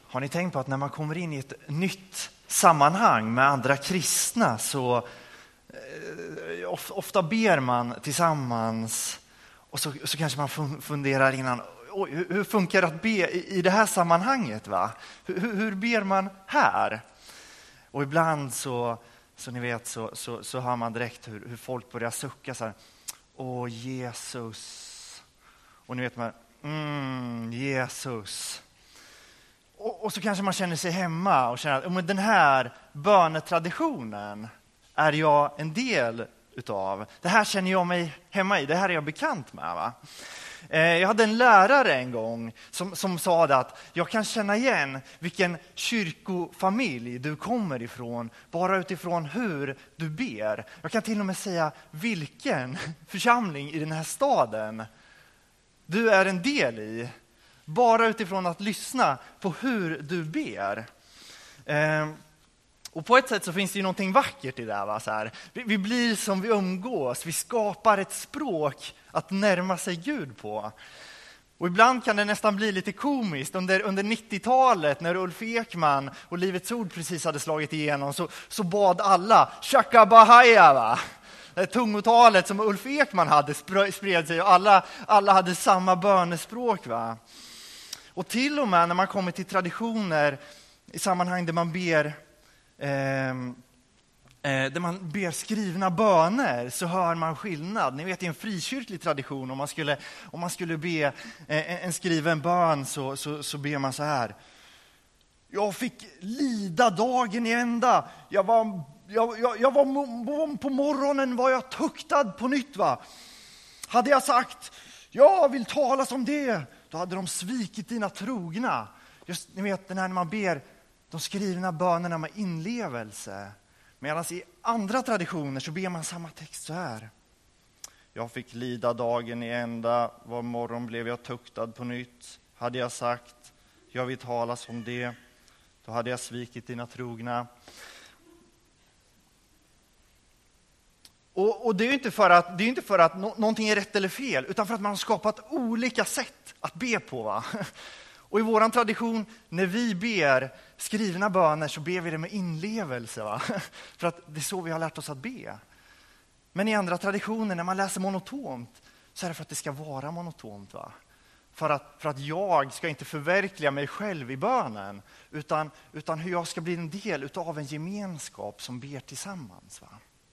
Har ni tänkt på att när man kommer in i ett nytt sammanhang med andra kristna så ofta ber man tillsammans och så kanske man funderar innan, hur funkar det att be i det här sammanhanget? Va? Hur ber man här? Och ibland så ni vet så hör man direkt hur folk börjar sucka så här. Åh Jesus. Och ni vet man, Jesus. Och så kanske man känner sig hemma och känner att men den här bönetraditionen är jag en del utav. Det här känner jag mig hemma i, det här är jag bekant med. Va? Jag hade en lärare en gång som sa det att jag kan känna igen vilken kyrkofamilj du kommer ifrån bara utifrån hur du ber. Jag kan till och med säga vilken församling i den här staden du är en del i. Bara utifrån att lyssna på hur du ber. Och på ett sätt så finns det ju någonting vackert i det här. Va? Så här. Vi blir som vi umgås. Vi skapar ett språk att närma sig Gud på. Och ibland kan det nästan bli lite komiskt. Under 90-talet när Ulf Ekman och Livets ord precis hade slagit igenom så bad alla Shaka Bahaya, va? Det tungotalet som Ulf Ekman hade spred sig och alla hade samma bönespråk. Va? Och till och med när man kommer till traditioner i sammanhang där man ber skrivna böner så hör man skillnad. Ni vet i en frikyrklig tradition om man skulle be en skriven bön så ber man så här. Jag fick lida dagen i ända. På morgonen var jag tuktad på nytt. Va? Hade jag sagt jag vill tala som det, då hade de svikit dina trogna. Just ni vet den här när man ber de skrivna bönerna med inlevelse. Medan i andra traditioner så ber man samma text så här. Jag fick lida dagen i ända, var morgon blev jag tuktad på nytt. Hade jag sagt jag vill tala som det, då hade jag svikit dina trogna. Och det är inte för att någonting är rätt eller fel, utan för att man har skapat olika sätt att be på. Va? Och i våran tradition, när vi ber skrivna böner så ber vi det med inlevelse. Va? För att det är så vi har lärt oss att be. Men i andra traditioner, när man läser monotont, så är det för att det ska vara monotont. Va? För att jag ska inte förverkliga mig själv i bönen, utan hur jag ska bli en del av en gemenskap som ber tillsammans. Va?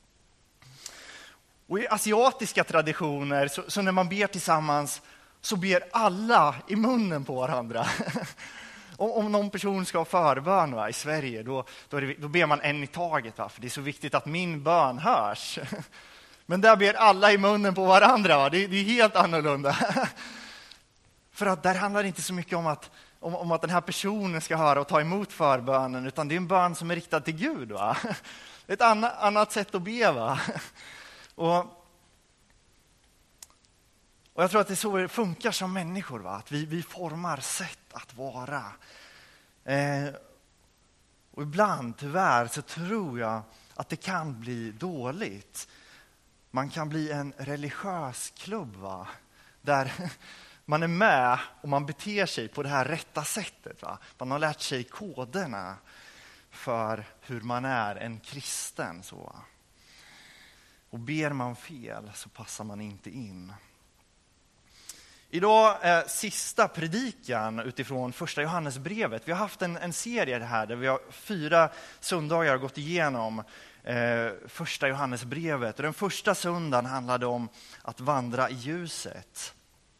Och i asiatiska traditioner, så när man ber tillsammans så ber alla i munnen på varandra. Om någon person ska ha förbön, va, i Sverige, då ber man en i taget. Va, för det är så viktigt att min bön hörs. Men där ber alla i munnen på varandra. Va, det är helt annorlunda. För att där handlar det inte så mycket om att den här personen ska höra och ta emot förbönen. Utan det är en bön som är riktad till Gud. Va? Ett annat sätt att be. Va? Och jag tror att det är så det funkar som människor. Va? Att vi formar sätt att vara. Och ibland tyvärr så tror jag att det kan bli dåligt. Man kan bli en religiös klubb. Va? Där man är med och man beter sig på det här rätta sättet. Va? Man har lärt sig koderna för hur man är en kristen. Så. Och ber man fel så passar man inte in. Idag är sista predikan utifrån första Johannesbrevet. Vi har haft en serie här där vi har 4 söndagar gått igenom första Johannesbrevet. Och den första söndagen handlade om att vandra i ljuset.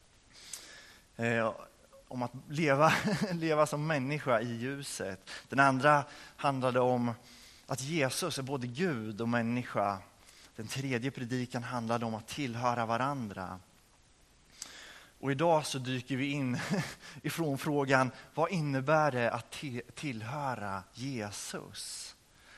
Om att leva som människa i ljuset. Den andra handlade om att Jesus är både Gud och människa. Den tredje predikan handlade om att tillhöra varandra. Och idag så dyker vi in ifrån frågan, vad innebär det att tillhöra Jesus?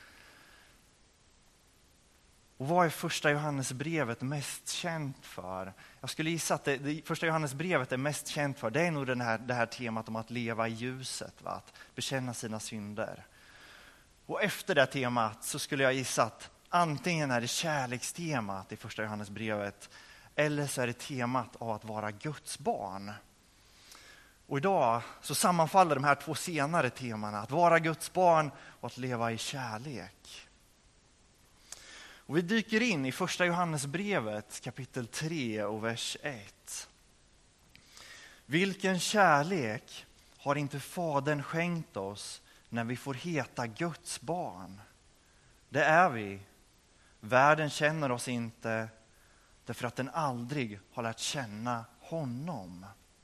Och vad är första Johannesbrevet mest känt för? Jag skulle gissa att det första Johannesbrevet är mest känt för, det är nog det här temat om att leva i ljuset, va? Att bekänna sina synder. Och efter det temat så skulle jag gissa att antingen är det kärlekstemat i första Johannesbrevet, eller så är det temat av att vara Guds barn. Och idag så sammanfaller de här två senare temana, att vara Guds barn och att leva i kärlek. Och vi dyker in i första Johannesbrevet kapitel 3 och vers 1. Vilken kärlek har inte Fadern skänkt oss när vi får heta Guds barn? Det är vi. Världen känner oss inte därför att den aldrig har lärt känna honom.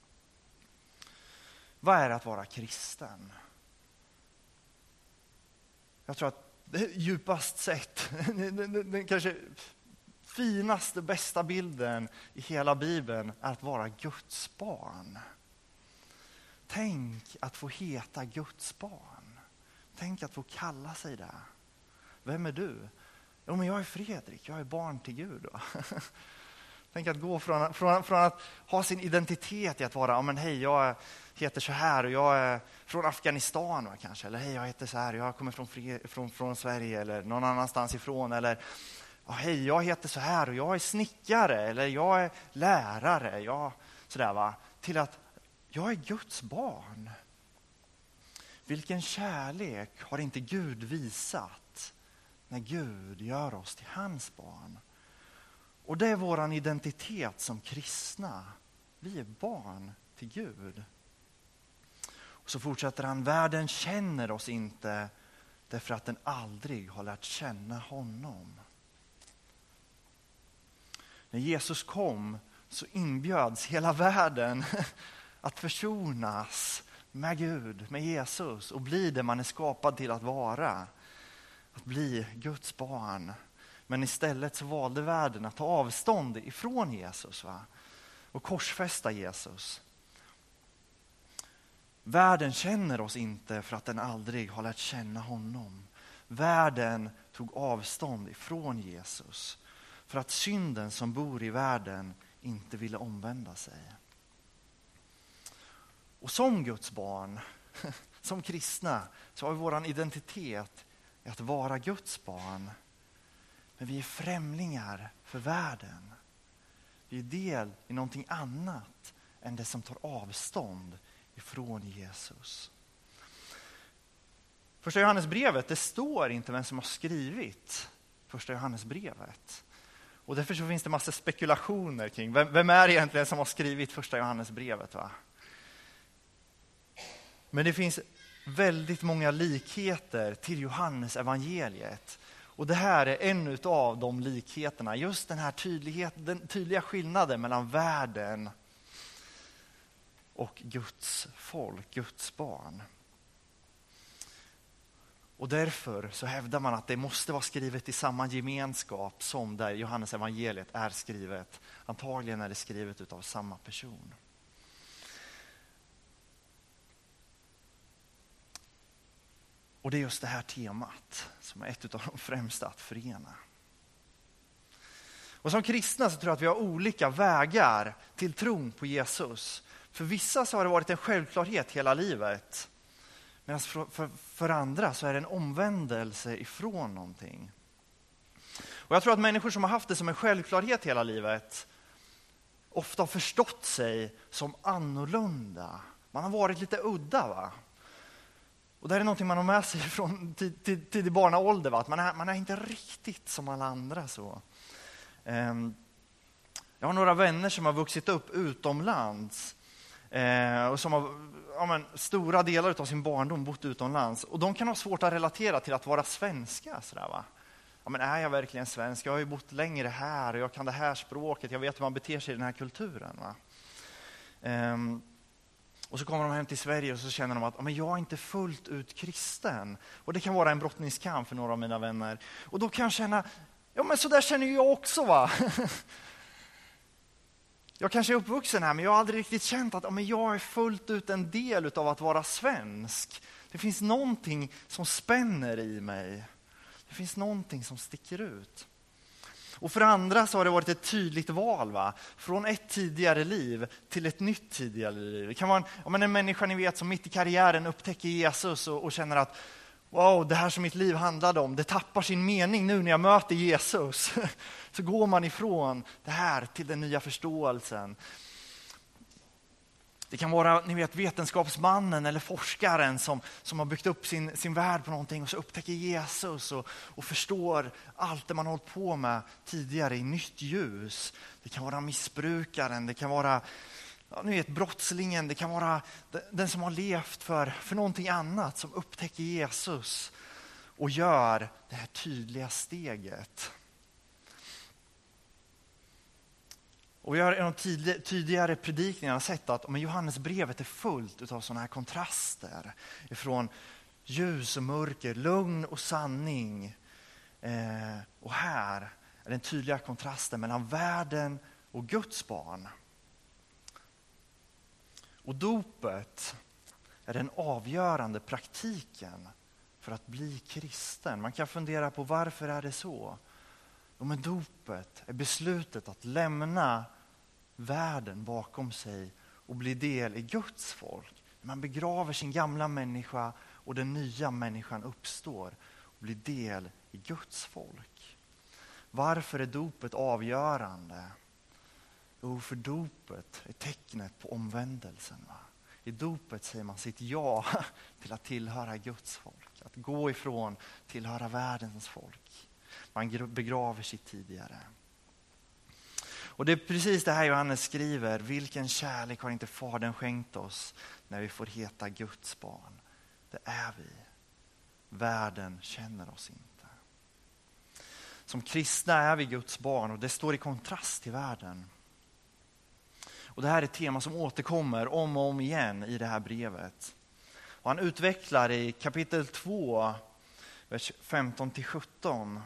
Vad är det att vara kristen? Jag tror att det djupast sett, den kanske finaste, bästa bilden i hela Bibeln är att vara Guds barn. Tänk att få heta Guds barn. Tänk att få kalla sig det. Vem är du? Jo, men jag är Fredrik, jag är barn till Gud. Tänk att gå från att ha sin identitet i att vara, ja men hej, jag heter så här och jag är från Afghanistan kanske. Eller hej, jag heter så här, jag kommer från Sverige eller någon annanstans ifrån. Eller hej, jag heter så här och jag är snickare eller jag är lärare. Sådär va. Till att jag är Guds barn. Vilken kärlek har inte Gud visat när Gud gör oss till hans barn? Och det är våran identitet som kristna. Vi är barn till Gud. Och så fortsätter han, världen känner oss inte därför att den aldrig har lärt känna honom. När Jesus kom så inbjöds hela världen att försonas med Gud, med Jesus och bli det man är skapad till att vara. Att bli Guds barn. Men istället så valde världen att ta avstånd ifrån Jesus och korsfästa Jesus. Världen känner oss inte för att den aldrig har lärt känna honom. Världen tog avstånd ifrån Jesus för att synden som bor i världen inte ville omvända sig. Och som Guds barn, som kristna, så har vi vår identitet i att vara Guds barn. Men vi är främlingar för världen. Vi är del i någonting annat än det som tar avstånd ifrån Jesus. Första Johannesbrevet, det står inte vem som har skrivit första Johannesbrevet. Och därför så finns det massa spekulationer kring vem är egentligen som har skrivit första Johannesbrevet. Men det finns väldigt många likheter till Johannes evangeliet. Och det här är en av de likheterna. Just den här den tydliga skillnaden mellan världen och Guds folk, Guds barn. Och därför så hävdar man att det måste vara skrivet i samma gemenskap som där Johannes evangeliet är skrivet. Antagligen är det skrivet av samma person. Och det är just det här temat som är ett av de främsta att förena. Och som kristna så tror jag att vi har olika vägar till tron på Jesus. För vissa så har det varit en självklarhet hela livet. Medan för andra så är det en omvändelse ifrån någonting. Och jag tror att människor som har haft det som en självklarhet hela livet ofta har förstått sig som annorlunda. Man har varit lite udda Och det är någonting man har med sig från tidig barnaålder. Att man är inte riktigt som alla andra. Så. Jag har några vänner som har vuxit upp utomlands. Och som har stora delar av sin barndom bott utomlands. Och de kan ha svårt att relatera till att vara svenska. Men är jag verkligen svensk? Jag har ju bott längre här och jag kan det här språket. Jag vet hur man beter sig i den här kulturen. Och så kommer de hem till Sverige och så känner de att jag är inte fullt ut kristen. Och det kan vara en brottningskamp för några av mina vänner. Och då kan jag känna, men så där känner jag också Jag kanske är uppvuxen här, men jag har aldrig riktigt känt att jag är fullt ut en del av att vara svensk. Det finns någonting som spänner i mig. Det finns någonting som sticker ut. Och för andra så har det varit ett tydligt val. Från ett tidigare liv till ett nytt tidigare liv. Det kan vara en människa ni vet som mitt i karriären upptäcker Jesus och känner att wow, det här som mitt liv handlade om, det tappar sin mening nu när jag möter Jesus. Så går man ifrån det här till den nya förståelsen. Det kan vara, ni vet, vetenskapsmannen eller forskaren som har byggt upp sin värld på någonting och så upptäcker Jesus och förstår allt det man har hållit på med tidigare i nytt ljus. Det kan vara missbrukaren, det kan vara brottslingen, det kan vara den som har levt för någonting annat som upptäcker Jesus och gör det här tydliga steget. Och vi har i de tidigare predikningarna sett att Johannesbrevet är fullt av sådana här kontraster. Ifrån ljus och mörker, lugn och sanning. Och här är den tydliga kontrasten mellan världen och Guds barn. Och dopet är den avgörande praktiken för att bli kristen. Man kan fundera på varför är det så? Men dopet är beslutet att lämna världen bakom sig och bli del i Guds folk. Man begraver sin gamla människa och den nya människan uppstår och blir del i Guds folk. Varför är dopet avgörande? Jo, för dopet är tecknet på omvändelsen. I dopet säger man sitt ja till att tillhöra Guds folk. Att gå ifrån tillhöra världens folk. Man begraver sitt tidigare. Och det är precis det här Johannes skriver. Vilken kärlek har inte Fadern skänkt oss när vi får heta Guds barn? Det är vi. Världen känner oss inte. Som kristna är vi Guds barn och det står i kontrast till världen. Och det här är ett tema som återkommer om och om igen i det här brevet. Och han utvecklar i kapitel 2, vers 15-17.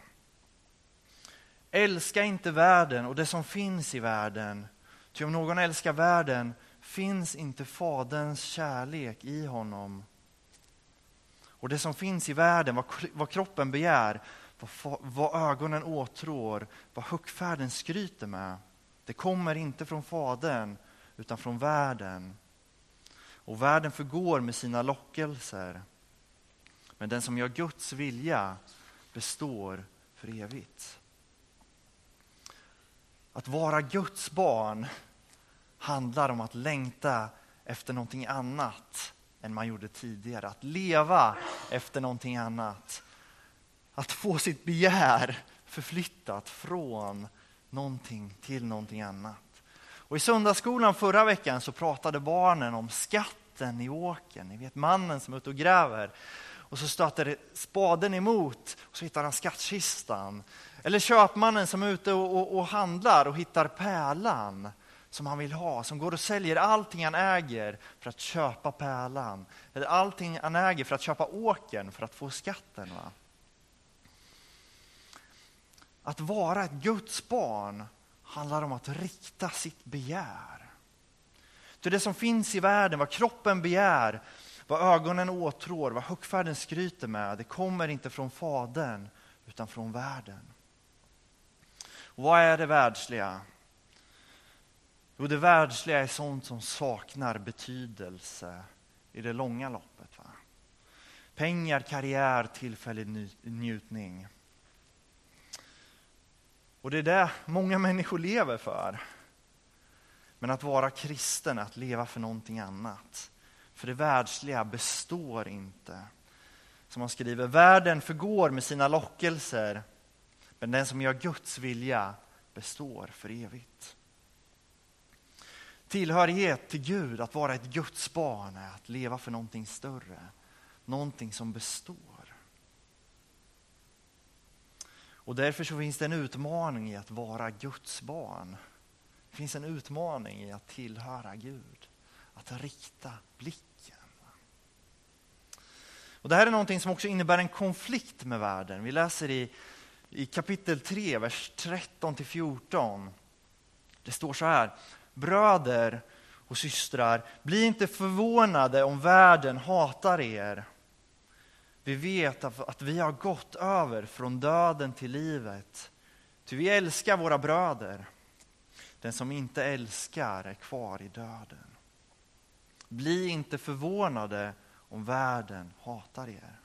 Älska inte världen och det som finns i världen. Ty om någon älskar världen finns inte Faderns kärlek i honom. Och det som finns i världen, vad kroppen begär, vad ögonen åtrår, vad huckfärden skryter med. Det kommer inte från Fadern utan från världen. Och världen förgår med sina lockelser. Men den som gör Guds vilja består för evigt. Att vara Guds barn handlar om att längta efter någonting annat än man gjorde tidigare. Att leva efter någonting annat. Att få sitt begär förflyttat från någonting till någonting annat. Och i söndagsskolan förra veckan så pratade barnen om skatten i åkern. Ni vet mannen som är ute och gräver. Och så stöter spaden emot och så hittar han skattkistan. Eller köpmannen som är ute och handlar och hittar pärlan som han vill ha. Som går och säljer allting han äger för att köpa pärlan. Eller allting han äger för att köpa åkern för att få skatten. Va? Att vara ett Guds barn handlar om att rikta sitt begär. Till det som finns i världen, vad kroppen begär, vad ögonen åtrår, vad huckfärden skryter med, det kommer inte från Fadern utan från världen. Och vad är det världsliga? Jo, det världsliga är sånt som saknar betydelse i det långa loppet. Va? Pengar, karriär, tillfällig njutning. Och det är det många människor lever för. Men att vara kristen är att leva för någonting annat. För det världsliga består inte. Som man skriver, världen förgår med sina lockelser. Men den som gör Guds vilja består för evigt. Tillhörighet till Gud, att vara ett Guds barn, är att leva för någonting större. Någonting som består. Och därför så finns det en utmaning i att vara Guds barn. Det finns en utmaning i att tillhöra Gud. Att rikta blicken. Och det här är någonting som också innebär en konflikt med världen. Vi läser i kapitel 3, vers 13-14. Det står så här. Bröder och systrar, bli inte förvånade om världen hatar er. Vi vet att vi har gått över från döden till livet. Ty vi älskar våra bröder. Den som inte älskar är kvar i döden. Bli inte förvånade om världen hatar er.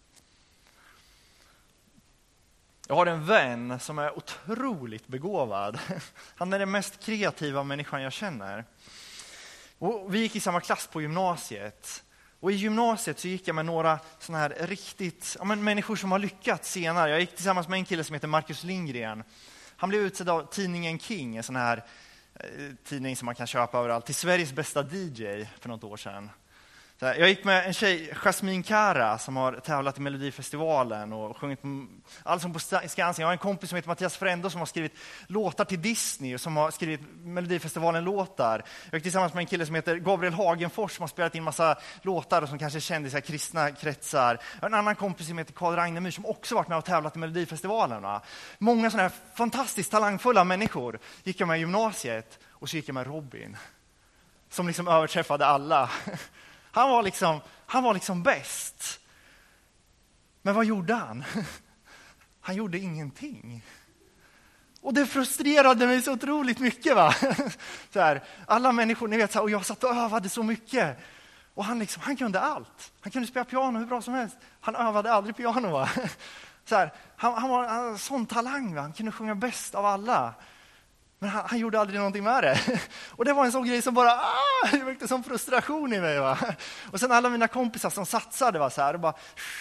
Jag har en vän som är otroligt begåvad. Han är den mest kreativa människan jag känner. Och vi gick i samma klass på gymnasiet. Och i gymnasiet så gick jag med några såna här riktigt, människor som har lyckats senare. Jag gick tillsammans med en kille som heter Marcus Lindgren. Han blev utsedd av tidningen King, en sån här tidning som man kan köpa överallt, till Sveriges bästa DJ för något år sedan. Så jag gick med en tjej, Jasmine Kara, som har tävlat i Melodifestivalen och sjungit Allsång på Skansen. Jag har en kompis som heter Mattias Frendo som har skrivit låtar till Disney och som har skrivit Melodifestivalen-låtar. Jag gick tillsammans med en kille som heter Gabriel Hagenfors som har spelat in massa låtar och som kanske är känd i så här kristna kretsar. Jag har en annan kompis som heter Karl Ragnemyr som också varit med och tävlat i Melodifestivalen. Va? Många sådana här fantastiskt talangfulla människor gick jag med i gymnasiet, och så gick jag med Robin som liksom överträffade alla. Han var liksom bäst. Men vad gjorde han? Han gjorde ingenting. Och det frustrerade mig så otroligt mycket. Va? Så här, alla människor, ni vet, så här, och jag satt och övade så mycket. Och han kunde allt. Han kunde spela piano hur bra som helst. Han övade aldrig piano. Va? Så här, han var en sån talang. Va? Han kunde sjunga bäst av alla. Men han gjorde aldrig någonting med det. Och det var en sån grej som bara det väckte sån frustration i mig. Va? Och sen alla mina kompisar som satsade var så här och bara...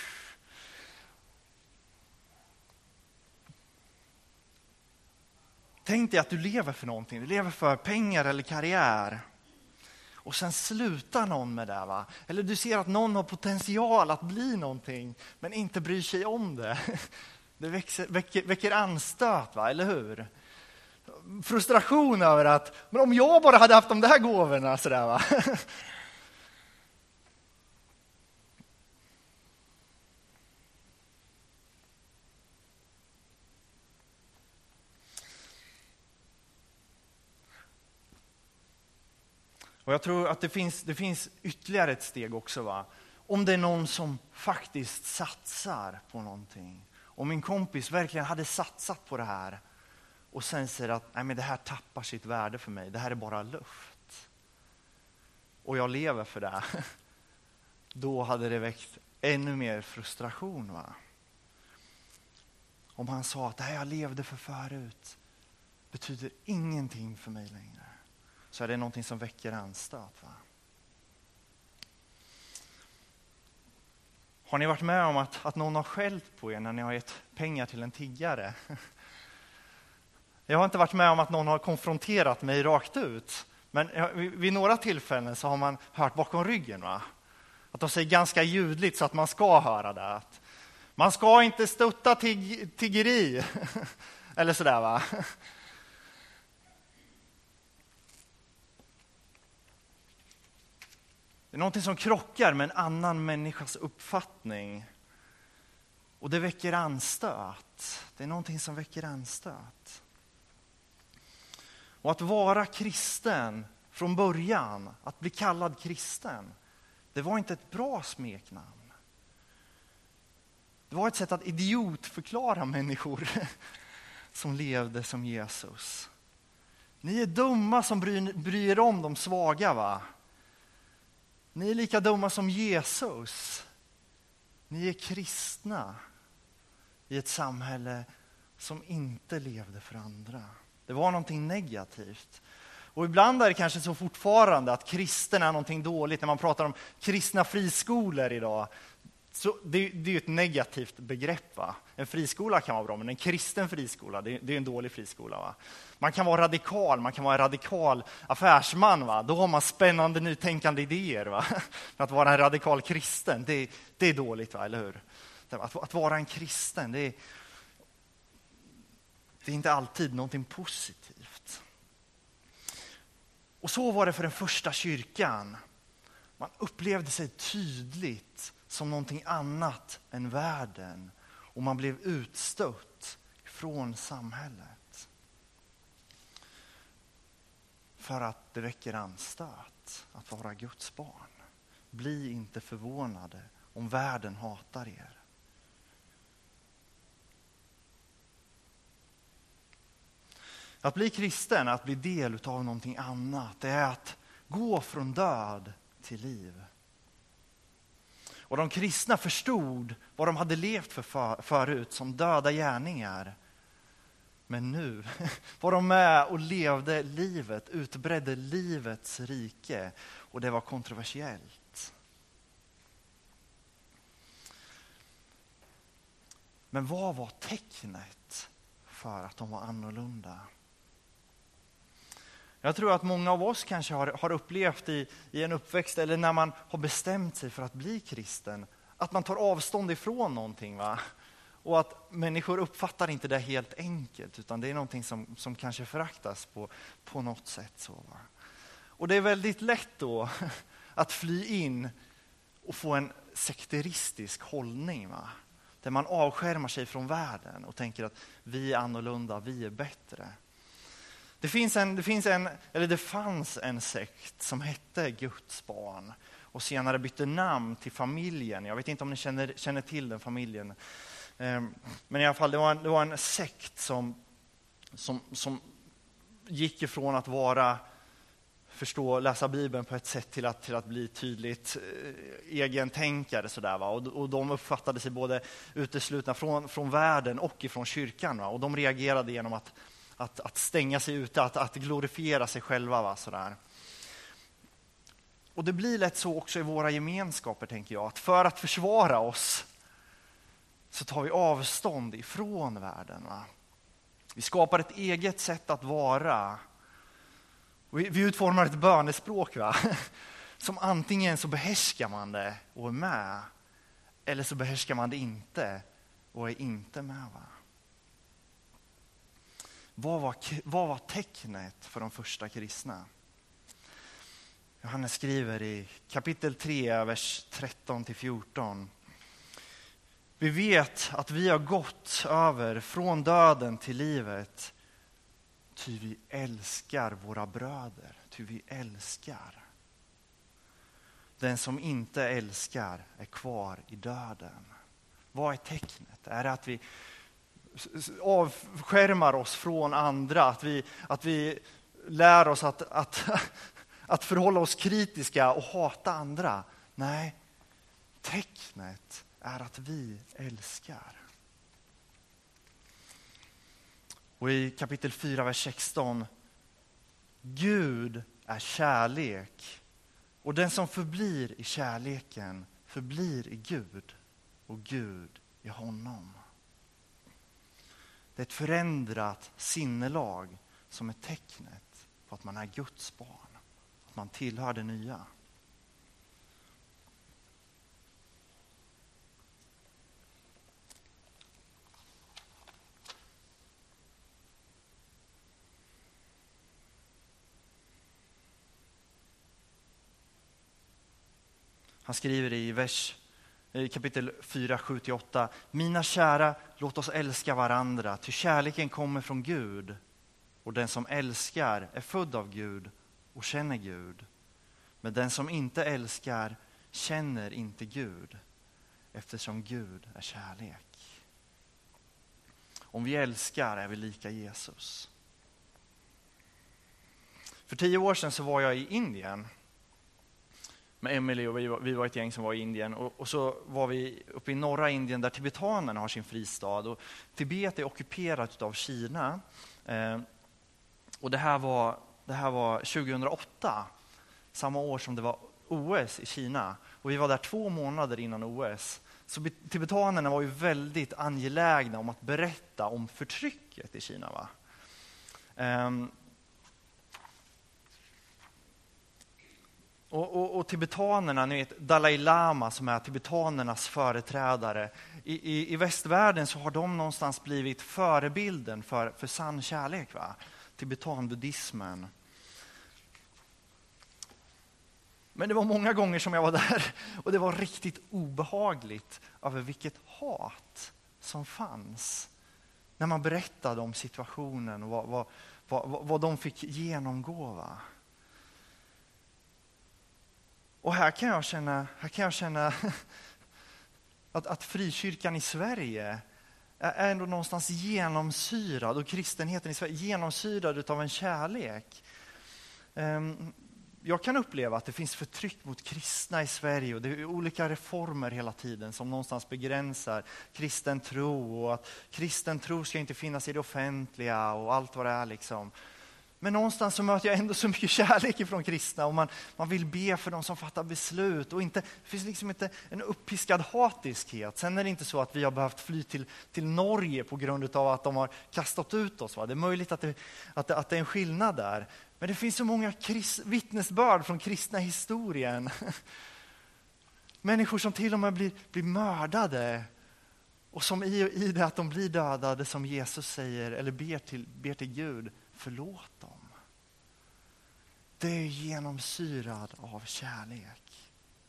Tänk dig att du lever för någonting. Du lever för pengar eller karriär. Och sen slutar någon med det. Va? Eller du ser att någon har potential att bli någonting men inte bryr sig om det. Det väcker anstöt, va? Eller hur? Frustration över att, men om jag bara hade haft de där gåvorna sådär, va? Och jag tror att det finns ytterligare ett steg också, va? Om det är någon som faktiskt satsar på någonting. Om min kompis verkligen hade satsat på det här och sen säger att nej, men det här tappar sitt värde för mig. Det här är bara luft. Och jag lever för det. Då hade det väckt ännu mer frustration. Va? Om han sa att det här jag levde för förut betyder ingenting för mig längre. Så är det någonting som väcker anstöt. Va? Har ni varit med om att någon har skällt på er när ni har gett pengar till en tiggare? Jag har inte varit med om att någon har konfronterat mig rakt ut. Men vid några tillfällen så har man hört bakom ryggen. Va? Att de säger ganska ljudligt så att man ska höra det. Att man ska inte stötta tiggeri. Eller sådär, va? Det är någonting som krockar med en annan människas uppfattning. Och det väcker anstöt. Det är någonting som väcker anstöt. Och att vara kristen från början, att bli kallad kristen, det var inte ett bra smeknamn. Det var ett sätt att idiotförklara människor som levde som Jesus. Ni är dumma som bryr om de svaga, va? Ni är lika dumma som Jesus. Ni är kristna i ett samhälle som inte levde för andra. Det var någonting negativt. Och ibland är det kanske så fortfarande att kristen är någonting dåligt. När man pratar om kristna friskolor idag. Så det är ju ett negativt begrepp. Va? En friskola kan vara bra, men en kristen friskola, det är en dålig friskola. Va? Man kan vara radikal, man kan vara en radikal affärsman. Va? Då har man spännande nytänkande idéer. Va? Att vara en radikal kristen, det är dåligt, va? Eller hur? Att vara en kristen, det är inte alltid någonting positivt. Och så var det för den första kyrkan. Man upplevde sig tydligt som någonting annat än världen. Och man blev utstött från samhället. För att det väcker anstöt att vara Guds barn. Bli inte förvånade om världen hatar er. Att bli kristen, att bli del av någonting annat, det är att gå från död till liv. Och de kristna förstod vad de hade levt för förut som döda gärningar. Men nu var de med och levde livet, utbredde livets rike. Och det var kontroversiellt. Men vad var tecknet för att de var annorlunda? Jag tror att många av oss kanske har upplevt i en uppväxt eller när man har bestämt sig för att bli kristen, att man tar avstånd ifrån någonting, va? Och att människor uppfattar inte det helt enkelt, utan det är någonting som kanske föraktas på något sätt. Så, va? Och det är väldigt lätt då att fly in och få en sekteristisk hållning, va? Där man avskärmar sig från världen och tänker att vi är annorlunda, vi är bättre. Det fanns en sekt som hette Guds barn och senare bytte namn till familjen. Jag vet inte om ni känner till den familjen. Men i alla fall, det var en sekt som gick ifrån att läsa Bibeln på ett sätt till att bli tydligt egentänkare. Sådär, va? Och de uppfattade sig både uteslutna från världen och ifrån kyrkan. Va? Och de reagerade genom att stänga sig ute, att glorifiera sig själva. Va? Sådär. Och det blir lätt så också i våra gemenskaper, tänker jag. Att för att försvara oss så tar vi avstånd ifrån världen. Va? Vi skapar ett eget sätt att vara. Vi utformar ett bönespråk, va? Som antingen så behärskar man det och är med, eller så behärskar man det inte och är inte med. Va? Vad var tecknet för de första kristna? Johannes skriver i kapitel 3, vers 13-14. Vi vet att vi har gått över från döden till livet, ty vi älskar våra bröder, ty vi älskar. Den som inte älskar är kvar i döden. Vad är tecknet? Är det att vi avskärmar oss från andra, att vi lär oss att förhålla oss kritiska och hata andra? Nej, tecknet är att vi älskar. Och i kapitel 4, vers 16. Gud är kärlek. Och den som förblir i kärleken förblir i Gud. Och Gud i honom. Det är ett förändrat sinnelag som är tecknet på att man är Guds barn. Att man tillhör det nya. Han skriver i kapitel 4, 7-8. Mina kära, låt oss älska varandra, ty kärleken kommer från Gud. Och den som älskar är född av Gud och känner Gud. Men den som inte älskar känner inte Gud, eftersom Gud är kärlek. Om vi älskar är vi lika Jesus. För 10 år sedan så var jag i Indien med Emily, och vi var ett gäng som var i Indien. Och så var vi uppe i norra Indien där tibetanerna har sin fristad. Och Tibet är ockuperat av Kina. Och det här var 2008, samma år som det var OS i Kina. Och vi var där 2 månader innan OS. Så tibetanerna var ju väldigt angelägna om att berätta om förtrycket i Kina. Va? Och tibetanerna, ni vet Dalai Lama som är tibetanernas företrädare. I västvärlden så har de någonstans blivit förebilden för sann kärlek. Va? Tibetan-buddhismen. Men det var många gånger som jag var där och det var riktigt obehagligt över vilket hat som fanns. När man berättade om situationen och vad de fick genomgå. Va? Och här kan jag känna att frikyrkan i Sverige är ändå någonstans genomsyrad, och kristenheten i Sverige genomsyrad av en kärlek. jag kan uppleva att det finns förtryck mot kristna i Sverige och det är olika reformer hela tiden som någonstans begränsar kristen tro och att kristen tro ska inte finnas i det offentliga och allt vad det är liksom. Men någonstans så möter jag ändå så mycket kärlek ifrån kristna och man vill be för de som fattar beslut och inte, det finns liksom inte en uppiskad hatiskhet. Sen är det inte så att vi har behövt fly till Norge på grund av att de har kastat ut oss. Va? Det är möjligt att det är en skillnad där. Men det finns så många vittnesbörd från kristna historien. Människor som till och med blir mördade. Och som i det att de blir dödade som Jesus säger eller ber till Gud, förlåt dem. Det är genomsyrad av kärlek.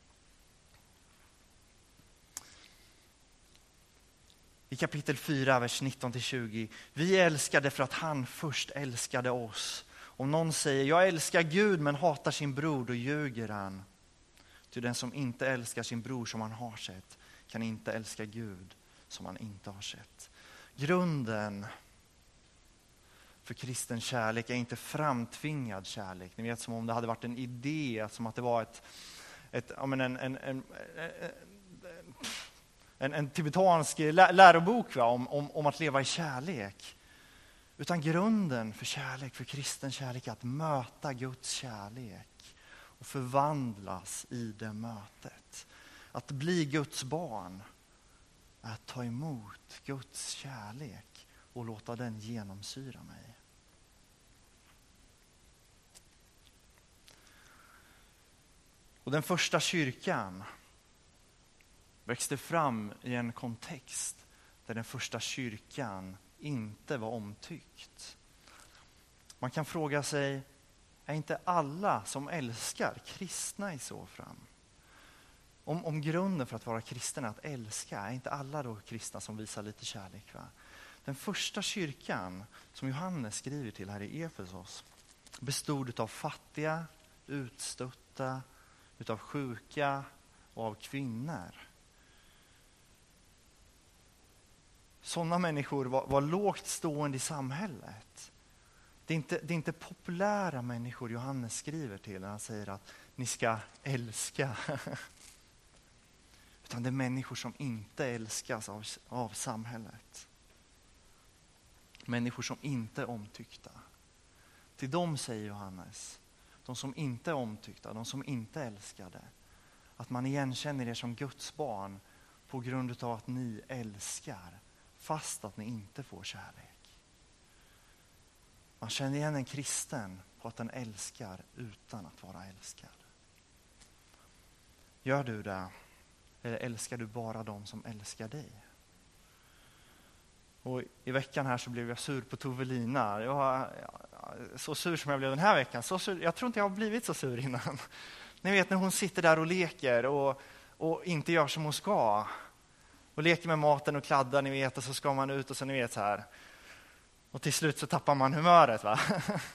I kapitel 4, vers 19-20. Vi älskade för att han först älskade oss. Om någon säger, jag älskar Gud men hatar sin bror, då ljuger han. Ty den som inte älskar sin bror som han har sett, kan inte älska Gud som han inte har sett. Grunden för kristen kärlek är inte framtvingad kärlek. Ni vet, som om det hade varit en idé, som att det var en tibetansk lärobok om att leva i kärlek. Utan grunden för kärlek, för kristen kärlek, är att möta Guds kärlek och förvandlas i det mötet. Att bli Guds barn är att ta emot Guds kärlek och låta den genomsyra mig. Och den första kyrkan växte fram i en kontext där den första kyrkan inte var omtyckt. Man kan fråga sig, är inte alla som älskar kristna i så fram? Om grunden för att vara kristen är att älska, är inte alla då kristna som visar lite kärlek? Va? Den första kyrkan som Johannes skriver till här i Efesos bestod av fattiga, utstötta, utav sjuka och av kvinnor. Sådana människor var lågt stående i samhället. Det är inte populära människor Johannes skriver till när han säger att ni ska älska. Utan det är människor som inte älskas av samhället. Människor som inte är omtyckta. Till dem säger Johannes, de som inte är omtyckta, de som inte är älskade, att man igenkänner er som Guds barn på grund av att ni älskar fast att ni inte får kärlek. Man känner igen en kristen på att den älskar utan att vara älskad. Gör du det? Eller älskar du bara de som älskar dig? Och i veckan här så blev jag sur på Tovelina. Jag var så sur som jag blev den här veckan. Så sur, jag tror inte jag har blivit så sur innan. Ni vet när hon sitter där och leker och inte gör som hon ska. Och leker med maten och kladdar, ni vet. Och så ska man ut och så ni vet så här. Och till slut så tappar man humöret, va?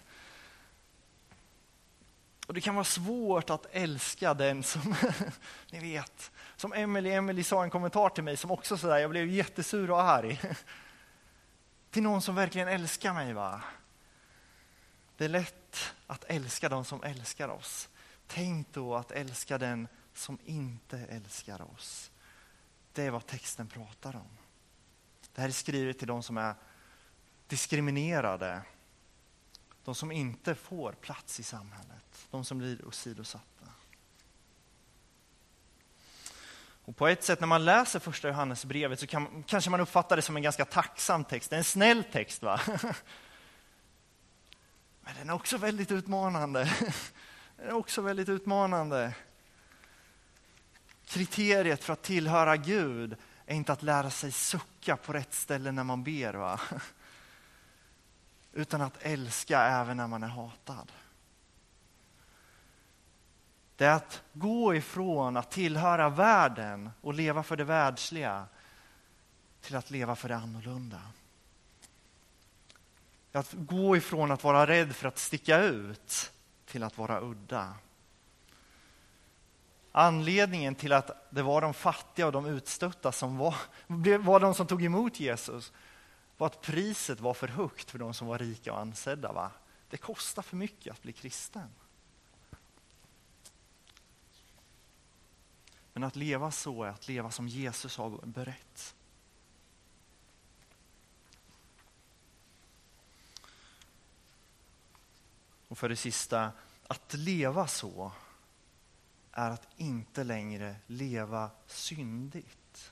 Och det kan vara svårt att älska den som, ni vet. Som Emily sa en kommentar till mig som också sådär, jag blev jättesur och arg. Till någon som verkligen älskar mig, va? Det är lätt att älska de som älskar oss. Tänk då att älska den som inte älskar oss. Det är vad texten pratar om. Det här är skrivet till de som är diskriminerade. De som inte får plats i samhället. De som blir åsidosatta. Och på ett sätt när man läser första Johannesbrevet så kanske man uppfattar det som en ganska tacksam text. Det är en snäll text, va? Men den är också väldigt utmanande. Den är också väldigt utmanande. Kriteriet för att tillhöra Gud är inte att lära sig sucka på rätt ställe när man ber, va? Utan att älska även när man är hatad. Det är att gå ifrån att tillhöra världen och leva för det världsliga till att leva för det annorlunda. Att gå ifrån att vara rädd för att sticka ut till att vara udda. Anledningen till att det var de fattiga och de utstötta som var de som tog emot Jesus var att priset var för högt för de som var rika och ansedda. Va? Det kostar för mycket att bli kristen. Men att leva så är att leva som Jesus har berättat. Och för det sista, att leva så är att inte längre leva syndigt.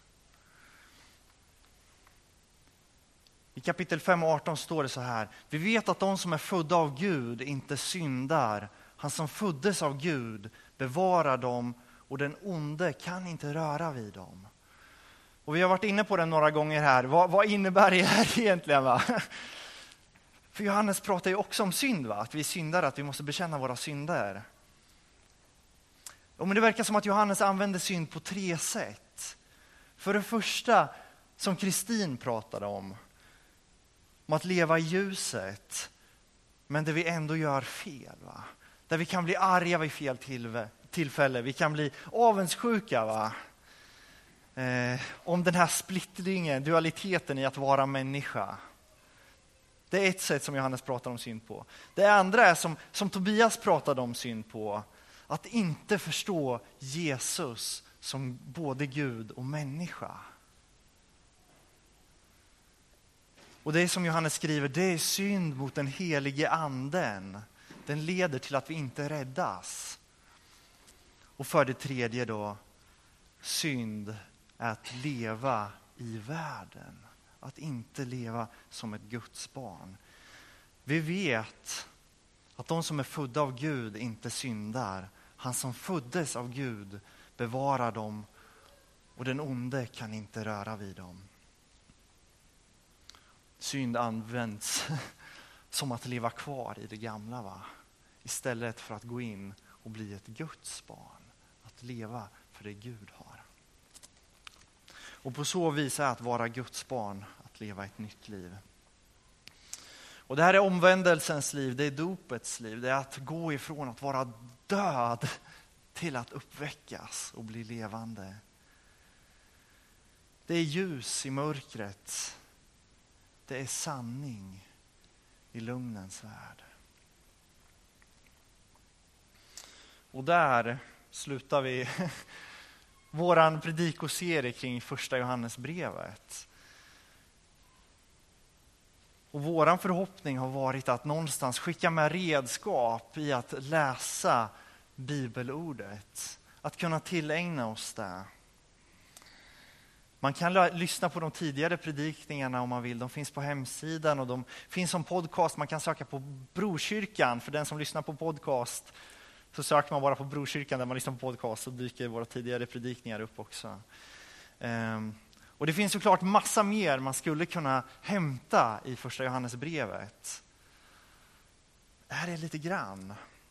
I kapitel 5:18 står det så här: vi vet att de som är födda av Gud inte syndar. Han som föddes av Gud bevarar dem och den onde kan inte röra vid dem. Och vi har varit inne på det några gånger här. Vad innebär det här egentligen, va? För Johannes pratar ju också om synd, va? Att vi syndar, att vi måste bekänna våra synder. Men det verkar som att Johannes använder synd på 3 sätt. För det första, som Kristin pratade om att leva i ljuset, men där vi ändå gör fel, va? Där vi kan bli arga vid fel tillfälle, vi kan bli avundsjuka, va? Om den här splittringen, dualiteten i att vara människa. Det är ett sätt som Johannes pratar om synd på. Det andra är som Tobias pratade om synd på, att inte förstå Jesus som både Gud och människa. Och det är som Johannes skriver, det är synd mot den helige anden. Den leder till att vi inte räddas. Och för det tredje då, synd är att leva i världen. Att inte leva som ett Guds barn. Vi vet att de som är födda av Gud inte syndar. Han som föddes av Gud bevarar dem och den onde kan inte röra vid dem. Synd används som att leva kvar i det gamla, va? Istället för att gå in och bli ett Guds barn. Att leva för det Gud har. Och på så vis är att vara Guds barn att leva ett nytt liv. Och det här är omvändelsens liv, det är dopets liv. Det är att gå ifrån att vara död till att uppväckas och bli levande. Det är ljus i mörkret. Det är sanning i lugnens värld. Och där slutar vi våran predikoserie kring första Johannesbrevet. Och våran förhoppning har varit att någonstans skicka med redskap i att läsa bibelordet. Att kunna tillägna oss det. Man kan lyssna på de tidigare predikningarna om man vill. De finns på hemsidan och de finns som podcast. Man kan söka på Brokyrkan. För den som lyssnar på podcast så söker man bara på Brokyrkan där man lyssnar på podcast, så dyker våra tidigare predikningar upp också. Och det finns såklart massa mer man skulle kunna hämta i första Johannesbrevet. Det här är lite grann.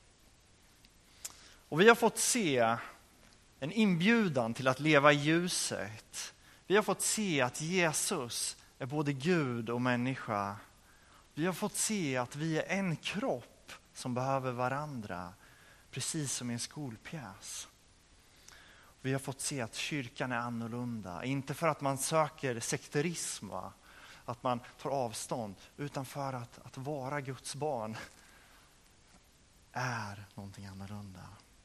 Och vi har fått se en inbjudan till att leva i ljuset. Vi har fått se att Jesus är både Gud och människa. Vi har fått se att vi är en kropp som behöver varandra. Precis som i en skolpjäs. Vi har fått se att kyrkan är annorlunda. Inte för att man söker sekterism, va? Att man tar avstånd. Utan för att vara Guds barn är någonting annorlunda.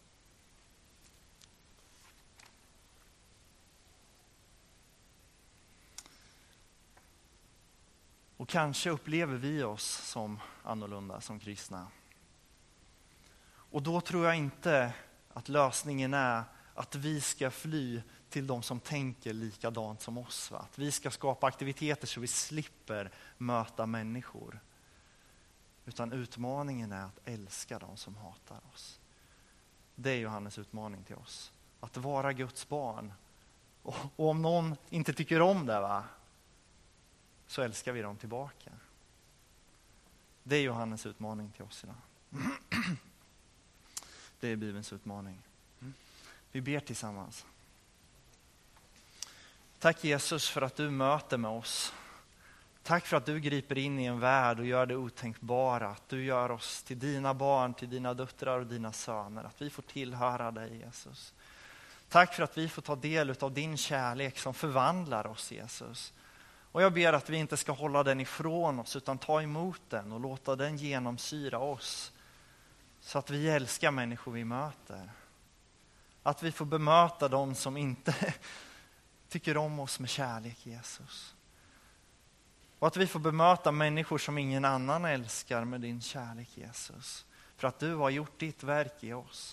Och kanske upplever vi oss som annorlunda som kristna. Och då tror jag inte att lösningen är att vi ska fly till de som tänker likadant som oss. Va? Att vi ska skapa aktiviteter så vi slipper möta människor. Utan utmaningen är att älska de som hatar oss. Det är Johannes utmaning till oss. Att vara Guds barn. Och om någon inte tycker om det, va? Så älskar vi dem tillbaka. Det är Johannes utmaning till oss idag. Det är Bibelns utmaning. Vi ber tillsammans. Tack Jesus för att du möter med oss. Tack för att du griper in i en värld och gör det otänkbara. Att du gör oss till dina barn, till dina döttrar och dina söner. Att vi får tillhöra dig, Jesus. Tack för att vi får ta del av din kärlek som förvandlar oss, Jesus. Och jag ber att vi inte ska hålla den ifrån oss utan ta emot den och låta den genomsyra oss. Så att vi älskar människor vi möter. Att vi får bemöta de som inte tycker om oss med kärlek, Jesus. Och att vi får bemöta människor som ingen annan älskar med din kärlek, Jesus. För att du har gjort ditt verk i oss.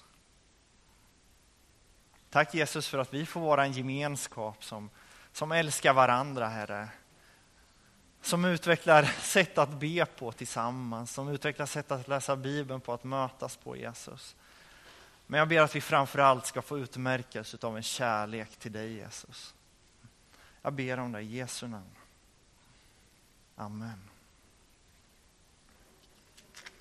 Tack Jesus för att vi får vara en gemenskap som älskar varandra, Herre. Som utvecklar sätt att be på tillsammans. Som utvecklar sätt att läsa Bibeln på, att mötas på, Jesus. Men jag ber att vi framförallt ska få utmärkas av en kärlek till dig, Jesus. Jag ber om det i Jesu namn. Amen.